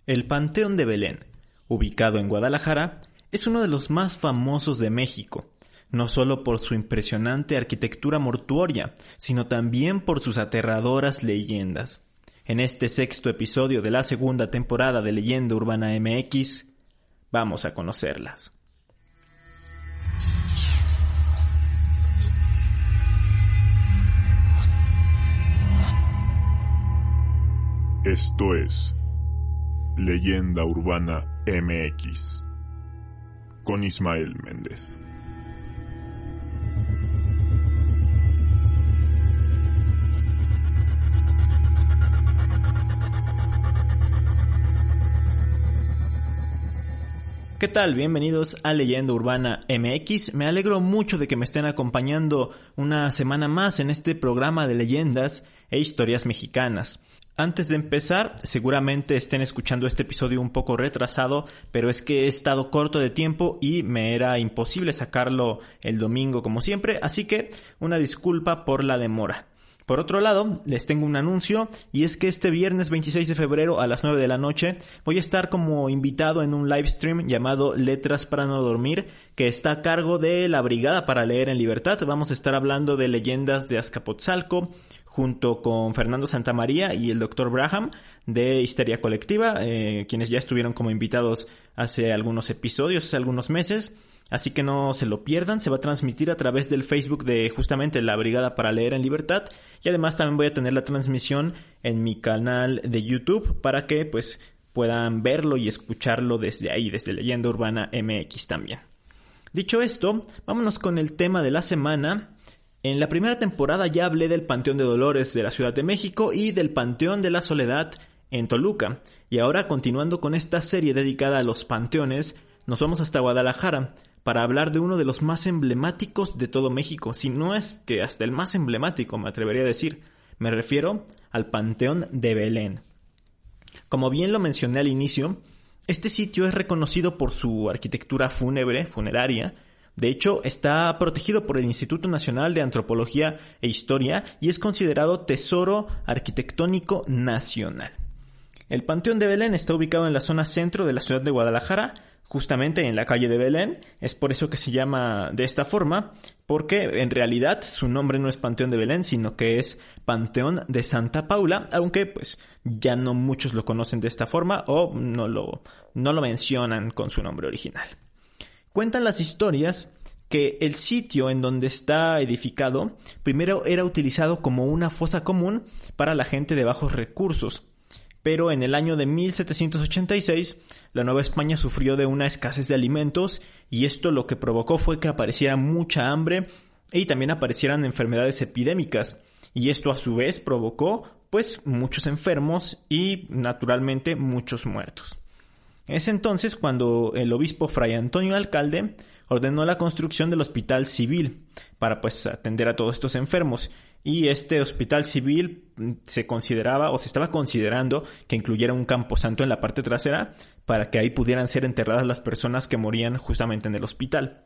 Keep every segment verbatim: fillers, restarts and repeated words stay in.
El Panteón de Belén, ubicado en Guadalajara, es uno de los más famosos de México, no solo por su impresionante arquitectura mortuoria, sino también por sus aterradoras leyendas. En este sexto episodio de la segunda temporada de Leyenda Urbana M X, vamos a conocerlas. Esto es Leyenda Urbana M X con Ismael Méndez. ¿Qué tal? Bienvenidos a Leyenda Urbana M X. Me alegro mucho de que me estén acompañando una semana más en este programa de leyendas e historias mexicanas. Antes de empezar, seguramente estén escuchando este episodio un poco retrasado, pero es que he estado corto de tiempo y me era imposible sacarlo el domingo como siempre, así que una disculpa por la demora. Por otro lado, les tengo un anuncio, y es que este viernes veintiséis de febrero a las nueve de la noche voy a estar como invitado en un live stream llamado Letras para no dormir, que está a cargo de la Brigada para Leer en Libertad. Vamos a estar hablando de leyendas de Azcapotzalco, junto con Fernando Santamaría y el doctor Braham de Histeria Colectiva, eh, quienes ya estuvieron como invitados hace algunos episodios, hace algunos meses. Así que no se lo pierdan, se va a transmitir a través del Facebook de justamente la Brigada para Leer en Libertad, y además también voy a tener la transmisión en mi canal de YouTube para que pues puedan verlo y escucharlo desde ahí, desde Leyenda Urbana M X también. Dicho esto, vámonos con el tema de la semana. En la primera temporada ya hablé del Panteón de Dolores de la Ciudad de México y del Panteón de la Soledad en Toluca, y ahora continuando con esta serie dedicada a los panteones, nos vamos hasta Guadalajara para hablar de uno de los más emblemáticos de todo México, si no es que hasta el más emblemático, me atrevería a decir. Me refiero al Panteón de Belén. Como bien lo mencioné al inicio, este sitio es reconocido por su arquitectura fúnebre, funeraria. De hecho, está protegido por el Instituto Nacional de Antropología e Historia y es considerado Tesoro Arquitectónico Nacional. El Panteón de Belén está ubicado en la zona centro de la ciudad de Guadalajara, justamente en la calle de Belén. Es por eso que se llama de esta forma, porque en realidad su nombre no es Panteón de Belén, sino que es Panteón de Santa Paula, aunque pues ya no muchos lo conocen de esta forma o no lo, no lo mencionan con su nombre original. Cuentan las historias que el sitio en donde está edificado primero era utilizado como una fosa común para la gente de bajos recursos. Pero en el año de mil setecientos ochenta y seis, la Nueva España sufrió de una escasez de alimentos, y esto lo que provocó fue que apareciera mucha hambre y también aparecieran enfermedades epidémicas, y esto a su vez provocó pues muchos enfermos y naturalmente muchos muertos. Es entonces cuando el obispo Fray Antonio Alcalde ordenó la construcción del hospital civil para pues atender a todos estos enfermos, y este hospital civil se consideraba o se estaba considerando que incluyera un camposanto en la parte trasera para que ahí pudieran ser enterradas las personas que morían justamente en el hospital.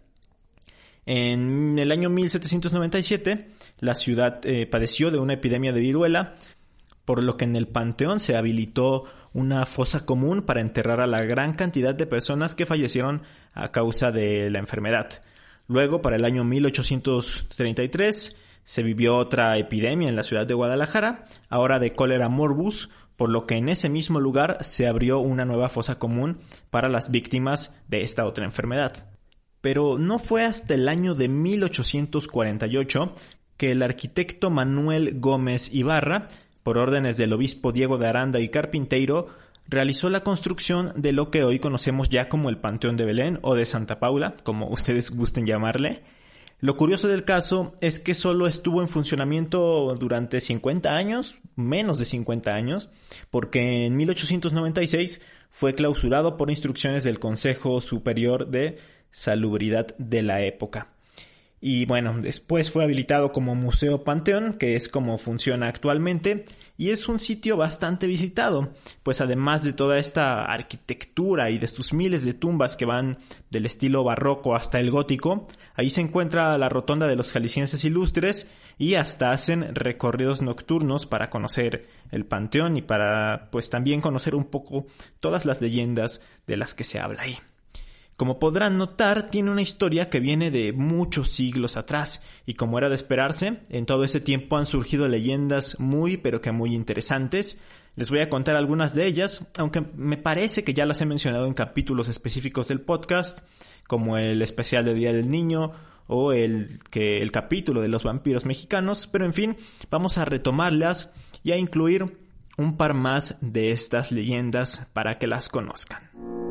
En el año mil setecientos noventa y siete la ciudad eh, padeció de una epidemia de viruela, por lo que en el panteón se habilitó una fosa común para enterrar a la gran cantidad de personas que fallecieron a causa de la enfermedad. Luego, para el año mil ochocientos treinta y tres, se vivió otra epidemia en la ciudad de Guadalajara, ahora de cólera morbus, por lo que en ese mismo lugar se abrió una nueva fosa común para las víctimas de esta otra enfermedad. Pero no fue hasta el año de mil ochocientos cuarenta y ocho que el arquitecto Manuel Gómez Ibarra, por órdenes del obispo Diego de Aranda y Carpinteiro, realizó la construcción de lo que hoy conocemos ya como el Panteón de Belén o de Santa Paula, como ustedes gusten llamarle. Lo curioso del caso es que solo estuvo en funcionamiento durante cincuenta años, menos de cincuenta años, porque en mil ochocientos noventa y seis fue clausurado por instrucciones del Consejo Superior de Salubridad de la época. Y bueno, después fue habilitado como Museo Panteón, que es como funciona actualmente, y es un sitio bastante visitado, pues además de toda esta arquitectura y de sus miles de tumbas que van del estilo barroco hasta el gótico, ahí se encuentra la rotonda de los jaliscienses ilustres y hasta hacen recorridos nocturnos para conocer el panteón y para pues también conocer un poco todas las leyendas de las que se habla ahí. Como podrán notar, tiene una historia que viene de muchos siglos atrás, y como era de esperarse, en todo ese tiempo han surgido leyendas muy pero que muy interesantes. Les voy a contar algunas de ellas, aunque me parece que ya las he mencionado en capítulos específicos del podcast, como el especial de Día del Niño o el, que, el capítulo de los vampiros mexicanos, pero en fin, vamos a retomarlas y a incluir un par más de estas leyendas para que las conozcan.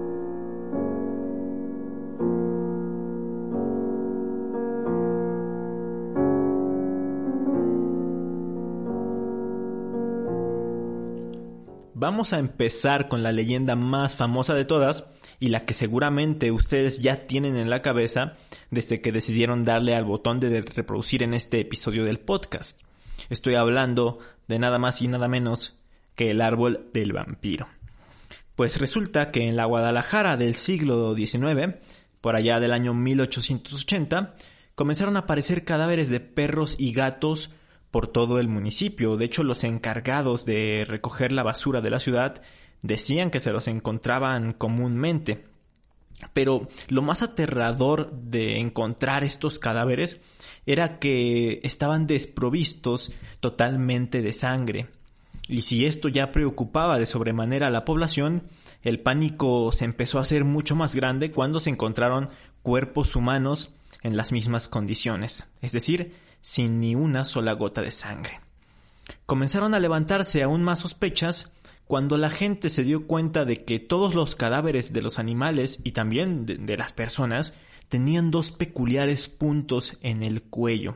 Vamos a empezar con la leyenda más famosa de todas y la que seguramente ustedes ya tienen en la cabeza desde que decidieron darle al botón de reproducir en este episodio del podcast. Estoy hablando de nada más y nada menos que el árbol del vampiro. Pues resulta que en la Guadalajara del siglo diecinueve, por allá del año mil ochocientos ochenta, comenzaron a aparecer cadáveres de perros y gatos por todo el municipio. De hecho, los encargados de recoger la basura de la ciudad decían que se los encontraban comúnmente. Pero lo más aterrador de encontrar estos cadáveres era que estaban desprovistos totalmente de sangre. Y si esto ya preocupaba de sobremanera a la población, el pánico se empezó a hacer mucho más grande cuando se encontraron cuerpos humanos en las mismas condiciones, es decir, sin ni una sola gota de sangre. Comenzaron a levantarse aún más sospechas cuando la gente se dio cuenta de que todos los cadáveres de los animales y también de, de las personas tenían dos peculiares puntos en el cuello.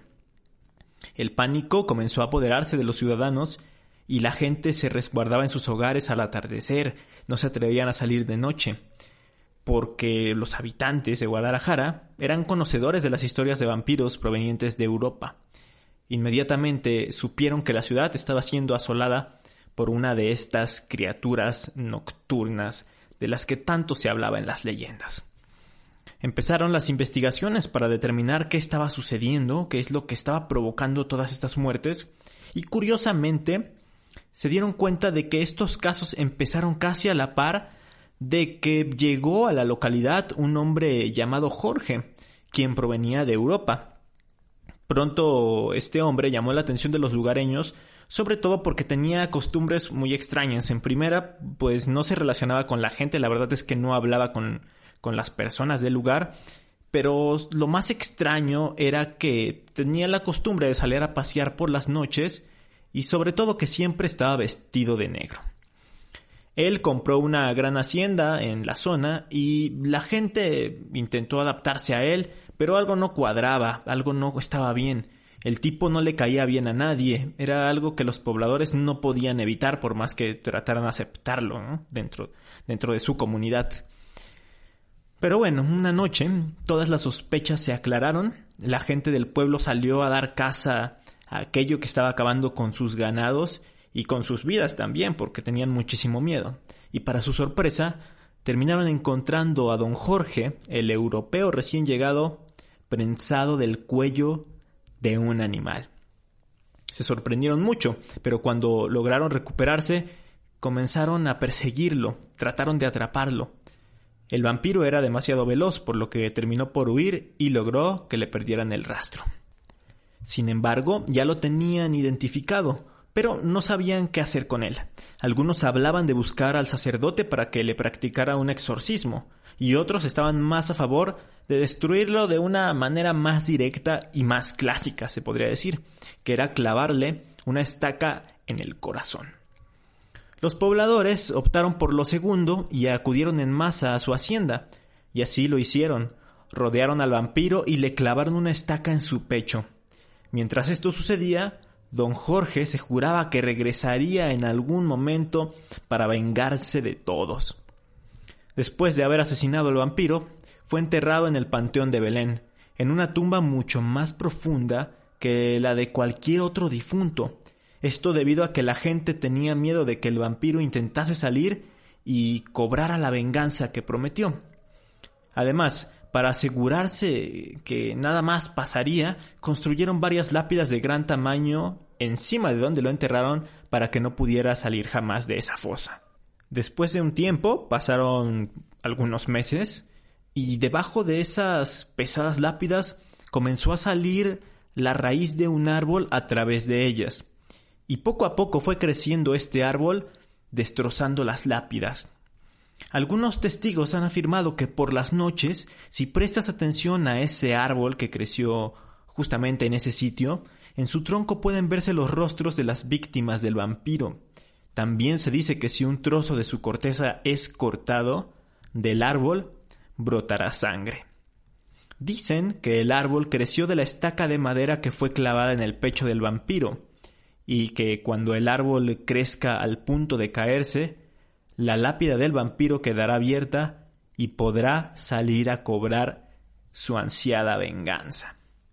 El pánico comenzó a apoderarse de los ciudadanos y la gente se resguardaba en sus hogares al atardecer, no se atrevían a salir de noche, porque los habitantes de Guadalajara eran conocedores de las historias de vampiros provenientes de Europa. Inmediatamente supieron que la ciudad estaba siendo asolada por una de estas criaturas nocturnas de las que tanto se hablaba en las leyendas. Empezaron las investigaciones para determinar qué estaba sucediendo, qué es lo que estaba provocando todas estas muertes, y curiosamente se dieron cuenta de que estos casos empezaron casi a la par de que llegó a la localidad un hombre llamado Jorge, quien provenía de Europa. Pronto este hombre llamó la atención de los lugareños, sobre todo porque tenía costumbres muy extrañas. En primera, pues no se relacionaba con la gente, la verdad es que no hablaba con, con las personas del lugar, pero lo más extraño era que tenía la costumbre de salir a pasear por las noches y sobre todo que siempre estaba vestido de negro. Él compró una gran hacienda en la zona y la gente intentó adaptarse a él, pero algo no cuadraba, algo no estaba bien. El tipo no le caía bien a nadie, era algo que los pobladores no podían evitar por más que trataran de aceptarlo, ¿no? dentro, dentro de su comunidad. Pero bueno, una noche todas las sospechas se aclararon, la gente del pueblo salió a dar caza a aquello que estaba acabando con sus ganados y con sus vidas también, porque tenían muchísimo miedo. Y para su sorpresa, terminaron encontrando a don Jorge, el europeo recién llegado, prensado del cuello de un animal. Se sorprendieron mucho, pero cuando lograron recuperarse, comenzaron a perseguirlo, trataron de atraparlo. El vampiro era demasiado veloz, por lo que terminó por huir y logró que le perdieran el rastro. Sin embargo, ya lo tenían identificado, pero no sabían qué hacer con él. Algunos hablaban de buscar al sacerdote para que le practicara un exorcismo, y otros estaban más a favor de destruirlo de una manera más directa y más clásica, se podría decir, que era clavarle una estaca en el corazón. Los pobladores optaron por lo segundo y acudieron en masa a su hacienda, y así lo hicieron. Rodearon al vampiro y le clavaron una estaca en su pecho. Mientras esto sucedía, don Jorge se juraba que regresaría en algún momento para vengarse de todos. Después de haber asesinado al vampiro, fue enterrado en el Panteón de Belén, en una tumba mucho más profunda que la de cualquier otro difunto. Esto debido a que la gente tenía miedo de que el vampiro intentase salir y cobrara la venganza que prometió. Además, para asegurarse que nada más pasaría, construyeron varias lápidas de gran tamaño encima de donde lo enterraron para que no pudiera salir jamás de esa fosa. Después de un tiempo, pasaron algunos meses, y debajo de esas pesadas lápidas comenzó a salir la raíz de un árbol a través de ellas. Y poco a poco fue creciendo este árbol, destrozando las lápidas. Algunos testigos han afirmado que por las noches, si prestas atención a ese árbol que creció justamente en ese sitio, en su tronco pueden verse los rostros de las víctimas del vampiro. También se dice que si un trozo de su corteza es cortado del árbol, brotará sangre. Dicen que el árbol creció de la estaca de madera que fue clavada en el pecho del vampiro, y que cuando el árbol crezca al punto de caerse, la lápida del vampiro quedará abierta y podrá salir a cobrar su ansiada venganza.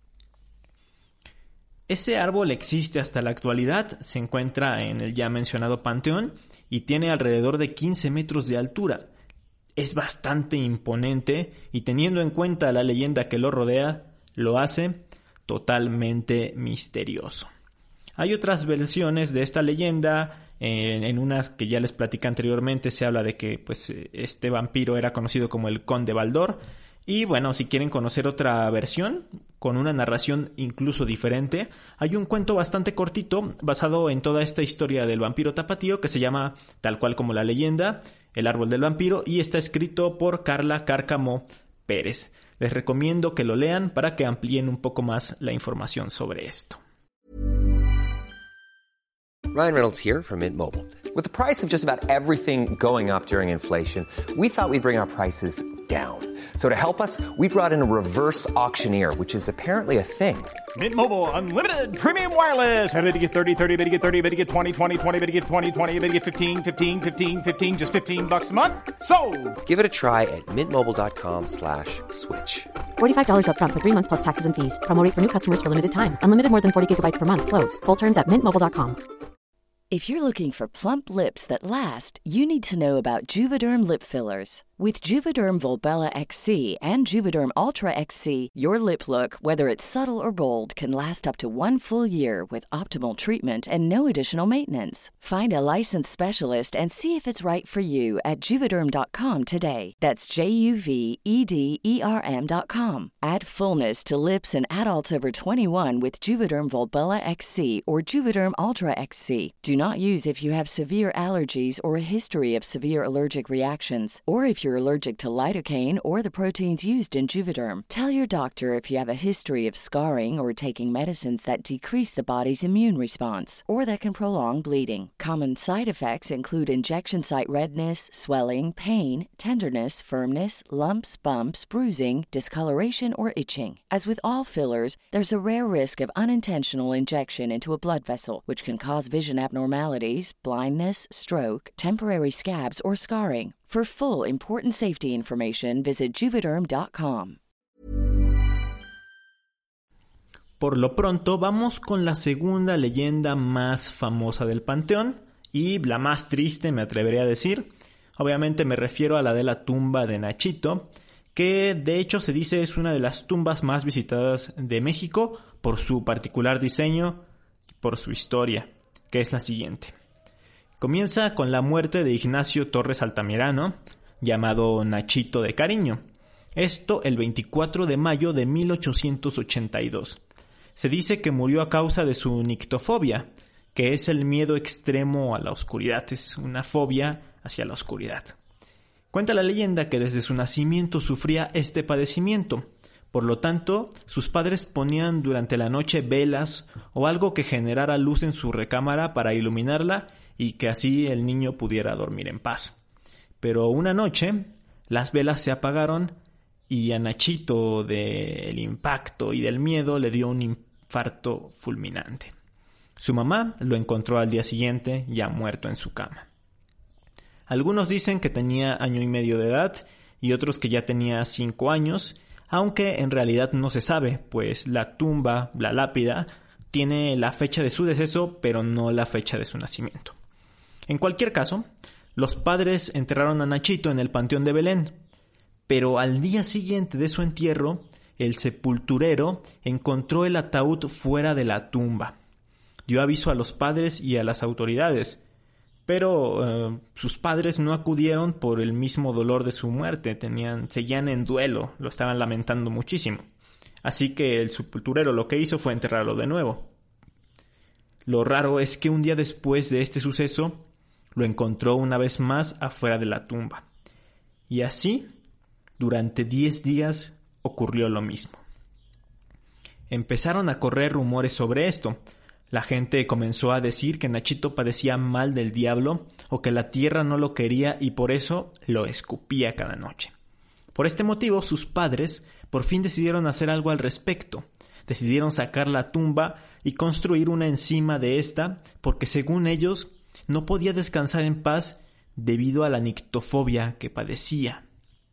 Ese árbol existe hasta la actualidad, se encuentra en el ya mencionado panteón y tiene alrededor de quince metros de altura. Es bastante imponente y, teniendo en cuenta la leyenda que lo rodea, lo hace totalmente misterioso. Hay otras versiones de esta leyenda. En, en unas que ya les platicé anteriormente se habla de que pues, este vampiro era conocido como el Conde Baldor. Y bueno, si quieren conocer otra versión con una narración incluso diferente, hay un cuento bastante cortito basado en toda esta historia del vampiro tapatío que se llama tal cual como la leyenda, El árbol del vampiro, y está escrito por Carla Cárcamo Pérez. Les recomiendo que lo lean para que amplíen un poco más la información sobre esto. Ryan Reynolds here from Mint Mobile. With the price of just about everything going up during inflation, we thought we'd bring our prices down. So to help us, we brought in a reverse auctioneer, which is apparently a thing. Mint Mobile Unlimited Premium Wireless. How to get thirty, thirty, how to get thirty, how to get twenty, twenty, twenty, how to get twenty, twenty, how to get fifteen, fifteen, fifteen, fifteen, just fifteen bucks a month? Sold! Give it a try at mintmobile.com slash switch. forty-five dollars up front for three months plus taxes and fees. Promo rate for new customers for limited time. Unlimited more than forty gigabytes per month. Slows full terms at mint mobile dot com. If you're looking for plump lips that last, you need to know about Juvederm lip fillers. With Juvederm Volbella X C and Juvederm Ultra X C, your lip look, whether it's subtle or bold, can last up to one full year with optimal treatment and no additional maintenance. Find a licensed specialist and see if it's right for you at Juvederm dot com today. That's J U V E D E R M dot com. Add fullness to lips in adults over twenty-one with Juvederm Volbella X C or Juvederm Ultra X C. Do not use if you have severe allergies or a history of severe allergic reactions, or if you're allergic to lidocaine or the proteins used in Juvederm. Tell your doctor if you have a history of scarring or taking medicines that decrease the body's immune response or that can prolong bleeding. Common side effects include injection site redness, swelling, pain, tenderness, firmness, lumps, bumps, bruising, discoloration, or itching. As with all fillers, there's a rare risk of unintentional injection into a blood vessel, which can cause vision abnormalities, blindness, stroke, temporary scabs, or scarring. For full important safety information, visit Juvederm dot com. Por lo pronto, vamos con la segunda leyenda más famosa del panteón y la más triste, me atrevería a decir. Obviamente me refiero a la de la tumba de Nachito, que de hecho se dice es una de las tumbas más visitadas de México por su particular diseño y por su historia, que es la siguiente. Comienza con la muerte de Ignacio Torres Altamirano, llamado Nachito de cariño. Esto el veinticuatro de mayo de mil ochocientos ochenta y dos. Se dice que murió a causa de su nictofobia, que es el miedo extremo a la oscuridad, es una fobia hacia la oscuridad. Cuenta la leyenda que desde su nacimiento sufría este padecimiento. Por lo tanto, sus padres ponían durante la noche velas o algo que generara luz en su recámara para iluminarla y que así el niño pudiera dormir en paz. Pero una noche, las velas se apagaron y a Nachito del impacto y del miedo le dio un infarto fulminante. Su mamá lo encontró al día siguiente ya muerto en su cama. Algunos dicen que tenía año y medio de edad y otros que ya tenía cinco años, aunque en realidad no se sabe, pues la tumba, la lápida, tiene la fecha de su deceso, pero no la fecha de su nacimiento. En cualquier caso, los padres enterraron a Nachito en el Panteón de Belén, pero al día siguiente de su entierro, el sepulturero encontró el ataúd fuera de la tumba. Dio aviso a los padres y a las autoridades, pero eh, sus padres no acudieron por el mismo dolor de su muerte, tenían, seguían en duelo, lo estaban lamentando muchísimo. Así que el sepulturero lo que hizo fue enterrarlo de nuevo. Lo raro es que un día después de este suceso, lo encontró una vez más afuera de la tumba. Y así, durante diez días, ocurrió lo mismo. Empezaron a correr rumores sobre esto. La gente comenzó a decir que Nachito padecía mal del diablo o que la tierra no lo quería y por eso lo escupía cada noche. Por este motivo, sus padres por fin decidieron hacer algo al respecto. Decidieron sacar la tumba y construir una encima de esta porque, según ellos, no podía descansar en paz debido a la nictofobia que padecía.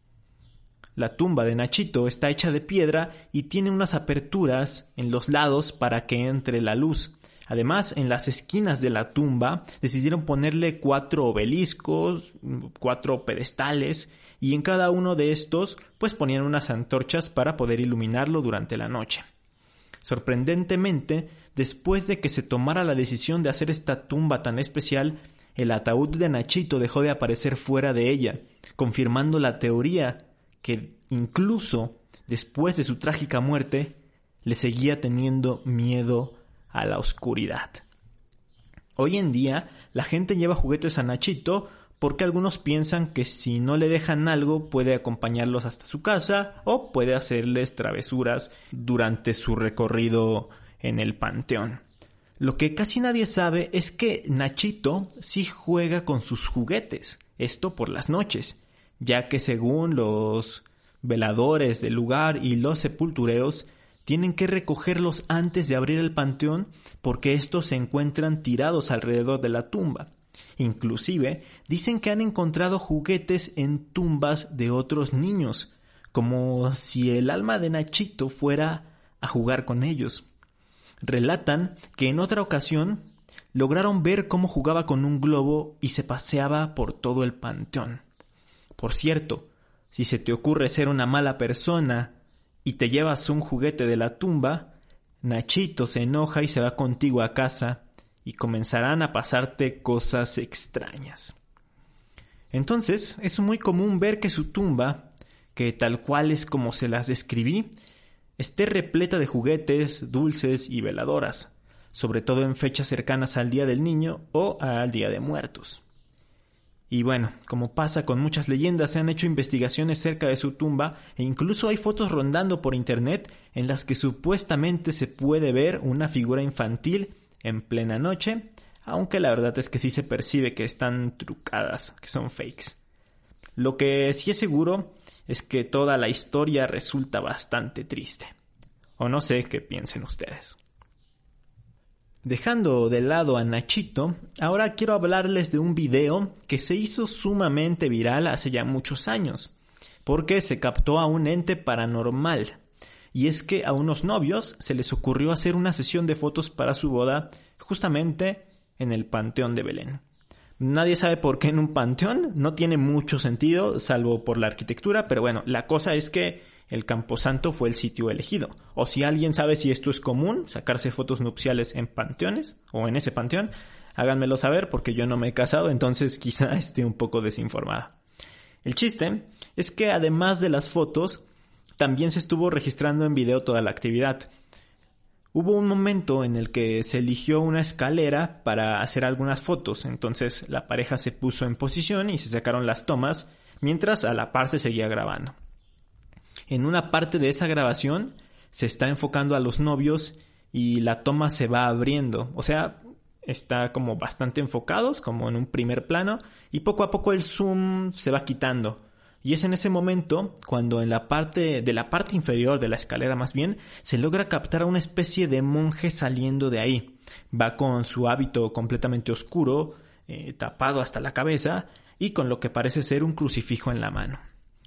La tumba de Nachito está hecha de piedra y tiene unas aperturas en los lados para que entre la luz. Además, en las esquinas de la tumba decidieron ponerle cuatro obeliscos, cuatro pedestales, y en cada uno de estos pues ponían unas antorchas para poder iluminarlo durante la noche. Sorprendentemente, después de que se tomara la decisión de hacer esta tumba tan especial, el ataúd de Nachito dejó de aparecer fuera de ella, confirmando la teoría que incluso después de su trágica muerte le seguía teniendo miedo a la oscuridad. Hoy en día la gente lleva juguetes a Nachito porque algunos piensan que si no le dejan algo puede acompañarlos hasta su casa o puede hacerles travesuras durante su recorrido en el panteón. Lo que casi nadie sabe es que Nachito sí juega con sus juguetes, esto por las noches, ya que según los veladores del lugar y los sepultureros tienen que recogerlos antes de abrir el panteón porque estos se encuentran tirados alrededor de la tumba. Inclusive dicen que han encontrado juguetes en tumbas de otros niños, como si el alma de Nachito fuera a jugar con ellos. Relatan que en otra ocasión lograron ver cómo jugaba con un globo y se paseaba por todo el panteón. Por cierto, si se te ocurre ser una mala persona y te llevas un juguete de la tumba, Nachito se enoja y se va contigo a casa y comenzarán a pasarte cosas extrañas. Entonces, es muy común ver que su tumba, que tal cual es como se las describí, esté repleta de juguetes, dulces y veladoras, sobre todo en fechas cercanas al Día del Niño o al Día de Muertos. Y bueno, como pasa con muchas leyendas, se han hecho investigaciones cerca de su tumba e incluso hay fotos rondando por internet en las que supuestamente se puede ver una figura infantil en plena noche, aunque la verdad es que sí se percibe que están trucadas, que son fakes. Lo que sí es seguro es que toda la historia resulta bastante triste. O no sé qué piensen ustedes. Dejando de lado a Nachito, ahora quiero hablarles de un video que se hizo sumamente viral hace ya muchos años, porque se captó a un ente paranormal. Y es que a unos novios se les ocurrió hacer una sesión de fotos para su boda justamente en el Panteón de Belén. Nadie sabe por qué en un panteón, no tiene mucho sentido, salvo por la arquitectura, pero bueno, la cosa es que el Camposanto fue el sitio elegido. O si alguien sabe si esto es común, sacarse fotos nupciales en panteones o en ese panteón, háganmelo saber porque yo no me he casado, entonces quizá esté un poco desinformada. El chiste es que además de las fotos, también se estuvo registrando en video toda la actividad. Hubo un momento en el que se eligió una escalera para hacer algunas fotos, entonces la pareja se puso en posición y se sacaron las tomas, mientras a la par se seguía grabando. En una parte de esa grabación se está enfocando a los novios y la toma se va abriendo, o sea, está como bastante enfocados, como en un primer plano, y poco a poco el zoom se va quitando. Y es en ese momento cuando en la parte de la parte inferior de la escalera más bien se logra captar a una especie de monje saliendo de ahí. Va con su hábito completamente oscuro, eh, tapado hasta la cabeza y con lo que parece ser un crucifijo en la mano.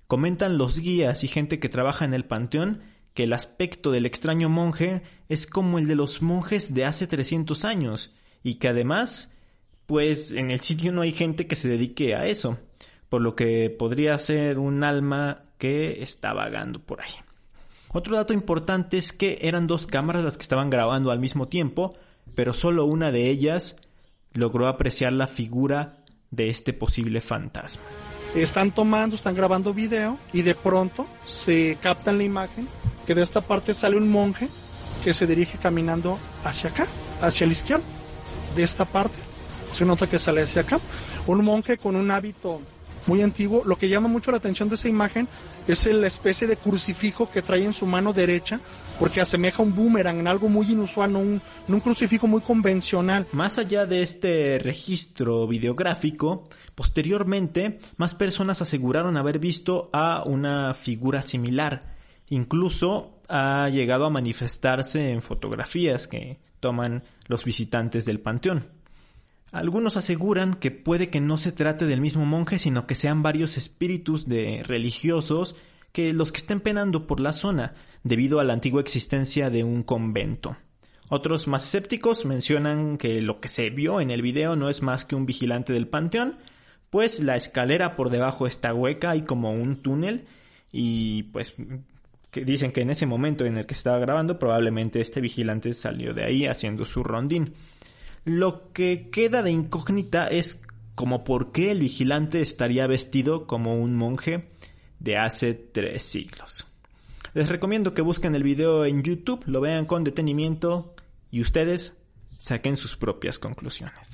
Comentan los guías y gente que trabaja en el panteón que el aspecto del extraño monje es como el de los monjes de hace trescientos años y que además, pues en el sitio no hay gente que se dedique a eso, por lo que podría ser un alma que está vagando por ahí. Otro dato importante es que eran dos cámaras las que estaban grabando al mismo tiempo, pero solo una de ellas logró apreciar la figura de este posible fantasma. Están tomando, están grabando video y de pronto se captan la imagen que de esta parte sale un monje que se dirige caminando hacia acá, hacia la izquierda. De esta parte se nota que sale hacia acá. Un monje con un hábito muy antiguo. Lo que llama mucho la atención de esa imagen es la especie de crucifijo que trae en su mano derecha, porque asemeja un boomerang, en algo muy inusual, no un, no un crucifijo muy convencional. Más allá de este registro videográfico, posteriormente más personas aseguraron haber visto a una figura similar. Incluso ha llegado a manifestarse en fotografías que toman los visitantes del panteón. Algunos aseguran que puede que no se trate del mismo monje, sino que sean varios espíritus de religiosos que los que estén penando por la zona, debido a la antigua existencia de un convento. Otros más escépticos mencionan que lo que se vio en el video no es más que un vigilante del panteón, pues la escalera por debajo está hueca y como un túnel, y pues que dicen que en ese momento en el que estaba grabando probablemente este vigilante salió de ahí haciendo su rondín. Lo que queda de incógnita es como por qué el vigilante estaría vestido como un monje de hace tres siglos. Les recomiendo que busquen el video en YouTube, lo vean con detenimiento y ustedes saquen sus propias conclusiones.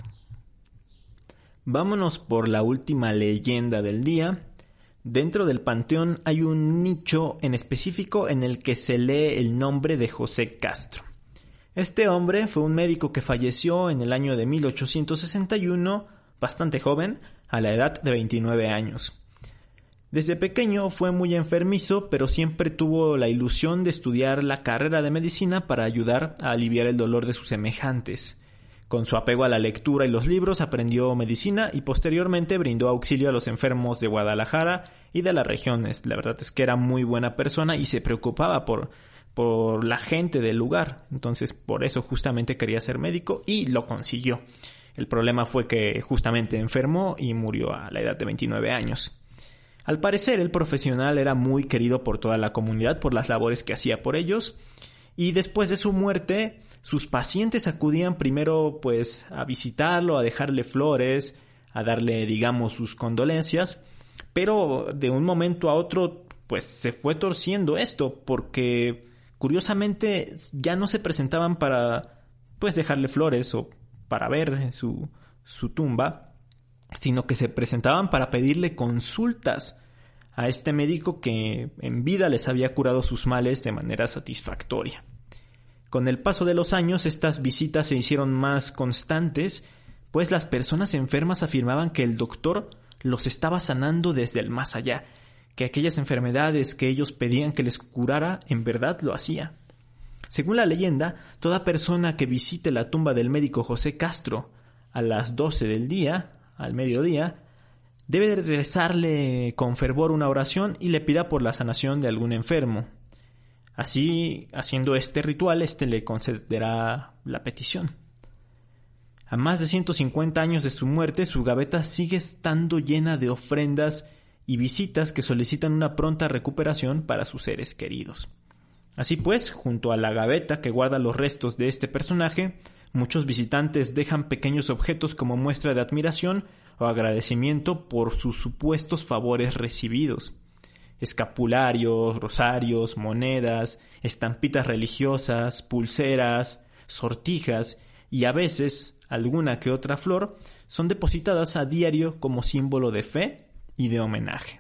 Vámonos por la última leyenda del día. Dentro del panteón hay un nicho en específico en el que se lee el nombre de José Castro. Este hombre fue un médico que falleció en el año de mil ochocientos sesenta y uno, bastante joven, a la edad de veintinueve años. Desde pequeño fue muy enfermizo, pero siempre tuvo la ilusión de estudiar la carrera de medicina para ayudar a aliviar el dolor de sus semejantes. Con su apego a la lectura y los libros aprendió medicina y posteriormente brindó auxilio a los enfermos de Guadalajara y de las regiones. La verdad es que era muy buena persona y se preocupaba por, por la gente del lugar. Entonces por eso justamente quería ser médico y lo consiguió. El problema fue que justamente enfermó y murió a la edad de veintinueve años. Al parecer el profesional era muy querido por toda la comunidad por las labores que hacía por ellos, y después de su muerte sus pacientes acudían primero pues a visitarlo, a dejarle flores, a darle digamos sus condolencias, pero de un momento a otro pues se fue torciendo esto, porque curiosamente ya no se presentaban para pues dejarle flores o para ver su, su tumba, sino que se presentaban para pedirle consultas a este médico que en vida les había curado sus males de manera satisfactoria. Con el paso de los años, estas visitas se hicieron más constantes, pues las personas enfermas afirmaban que el doctor los estaba sanando desde el más allá, que aquellas enfermedades que ellos pedían que les curara, en verdad lo hacía. Según la leyenda, toda persona que visite la tumba del médico José Castro a las doce del día, al mediodía, debe rezarle con fervor una oración y le pida por la sanación de algún enfermo. Así, haciendo este ritual, este le concederá la petición. A más de ciento cincuenta años de su muerte, su gaveta sigue estando llena de ofrendas y visitas que solicitan una pronta recuperación para sus seres queridos. Así pues, junto a la gaveta que guarda los restos de este personaje, muchos visitantes dejan pequeños objetos como muestra de admiración o agradecimiento por sus supuestos favores recibidos. Escapularios, rosarios, monedas, estampitas religiosas, pulseras, sortijas y a veces alguna que otra flor son depositadas a diario como símbolo de fe y de homenaje.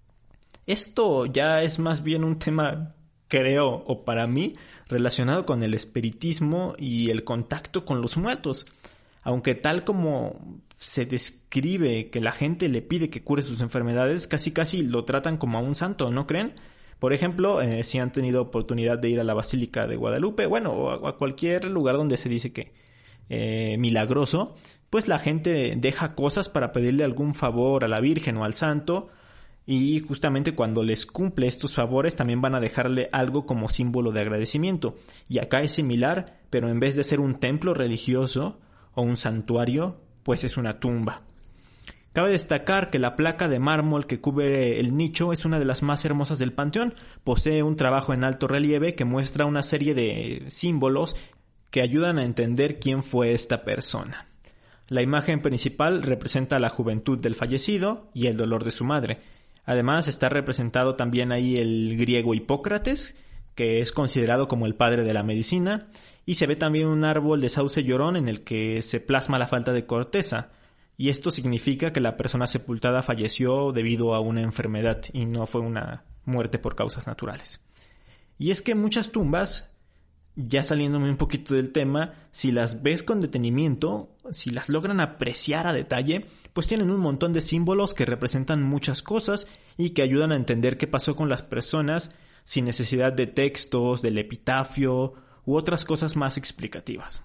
Esto ya es más bien un tema, creo, o para mí, relacionado con el espiritismo y el contacto con los muertos. Aunque tal como se describe que la gente le pide que cure sus enfermedades, casi casi lo tratan como a un santo, ¿no creen? Por ejemplo, eh, si han tenido oportunidad de ir a la Basílica de Guadalupe, bueno, o a, a cualquier lugar donde se dice que eh, milagroso, pues la gente deja cosas para pedirle algún favor a la Virgen o al santo, y justamente cuando les cumple estos favores también van a dejarle algo como símbolo de agradecimiento. Y acá es similar, pero en vez de ser un templo religioso o un santuario, pues es una tumba. Cabe destacar que la placa de mármol que cubre el nicho es una de las más hermosas del panteón. Posee un trabajo en alto relieve que muestra una serie de símbolos que ayudan a entender quién fue esta persona. La imagen principal representa la juventud del fallecido y el dolor de su madre. Además está representado también ahí el griego Hipócrates, que es considerado como el padre de la medicina, y se ve también un árbol de sauce llorón en el que se plasma la falta de corteza, y esto significa que la persona sepultada falleció debido a una enfermedad y no fue una muerte por causas naturales. Y es que muchas tumbas, ya saliéndome un poquito del tema, si las ves con detenimiento, si las logran apreciar a detalle, pues tienen un montón de símbolos que representan muchas cosas y que ayudan a entender qué pasó con las personas sin necesidad de textos, del epitafio u otras cosas más explicativas.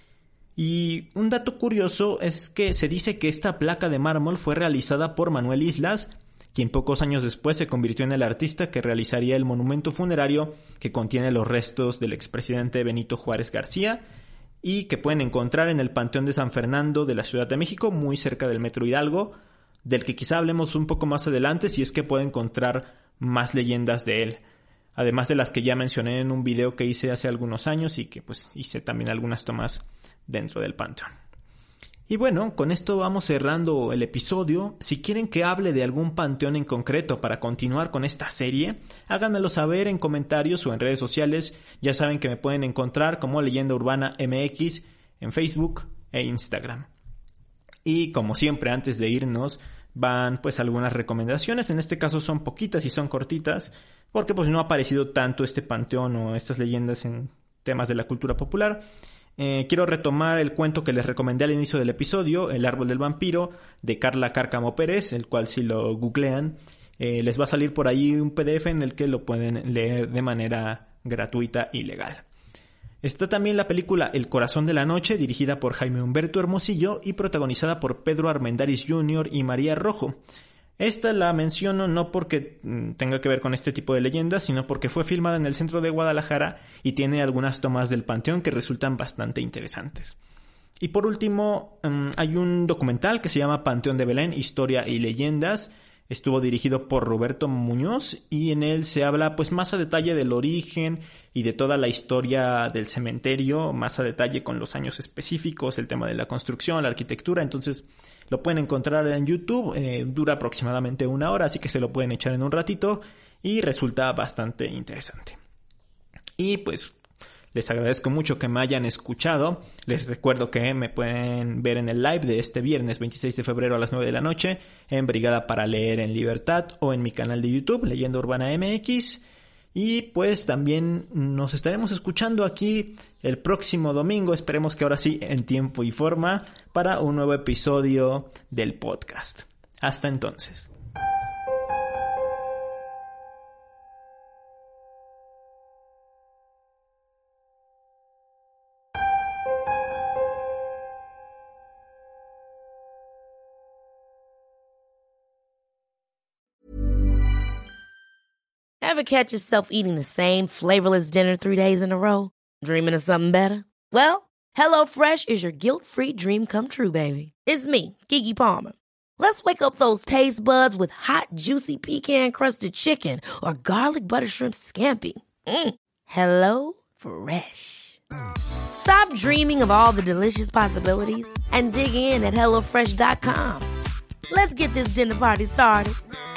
Y un dato curioso es que se dice que esta placa de mármol fue realizada por Manuel Islas, quien pocos años después se convirtió en el artista que realizaría el monumento funerario que contiene los restos del expresidente Benito Juárez García y que pueden encontrar en el Panteón de San Fernando de la Ciudad de México, muy cerca del Metro Hidalgo, del que quizá hablemos un poco más adelante si es que puedo encontrar más leyendas de él, además de las que ya mencioné en un video que hice hace algunos años y que pues hice también algunas tomas dentro del panteón. Y bueno, con esto vamos cerrando el episodio. Si quieren que hable de algún panteón en concreto para continuar con esta serie, háganmelo saber en comentarios o en redes sociales. Ya saben que me pueden encontrar como Leyenda Urbana M X en Facebook e Instagram. Y como siempre, antes de irnos, van pues algunas recomendaciones. En este caso son poquitas y son cortitas, porque pues no ha aparecido tanto este panteón o estas leyendas en temas de la cultura popular. Eh, quiero retomar el cuento que les recomendé al inicio del episodio, El árbol del vampiro, de Carla Cárcamo Pérez, el cual si lo googlean, eh, les va a salir por ahí un P D F en el que lo pueden leer de manera gratuita y legal. Está también la película El corazón de la noche, dirigida por Jaime Humberto Hermosillo y protagonizada por Pedro Armendáriz junior y María Rojo. Esta la menciono no porque tenga que ver con este tipo de leyendas, sino porque fue filmada en el centro de Guadalajara y tiene algunas tomas del panteón que resultan bastante interesantes. Y por último, um, hay un documental que se llama Panteón de Belén, Historia y Leyendas. Estuvo dirigido por Roberto Muñoz y en él se habla pues más a detalle del origen y de toda la historia del cementerio, más a detalle con los años específicos, el tema de la construcción, la arquitectura. Entonces lo pueden encontrar en YouTube, eh, dura aproximadamente una hora, así que se lo pueden echar en un ratito y resulta bastante interesante. Y pues les agradezco mucho que me hayan escuchado. Les recuerdo que me pueden ver en el live de este viernes veintiséis de febrero a las nueve de la noche en Brigada para Leer en Libertad o en mi canal de YouTube, Leyenda Urbana M X. Y pues también nos estaremos escuchando aquí el próximo domingo, esperemos que ahora sí en tiempo y forma, para un nuevo episodio del podcast. Hasta entonces. Ever catch yourself eating the same flavorless dinner three days in a row? Dreaming of something better? Well, HelloFresh is your guilt-free dream come true, baby. It's me, Keke Palmer. Let's wake up those taste buds with hot, juicy pecan-crusted chicken or garlic butter shrimp scampi. Mm. Hello Fresh. Stop dreaming of all the delicious possibilities and dig in at hello fresh dot com. Let's get this dinner party started.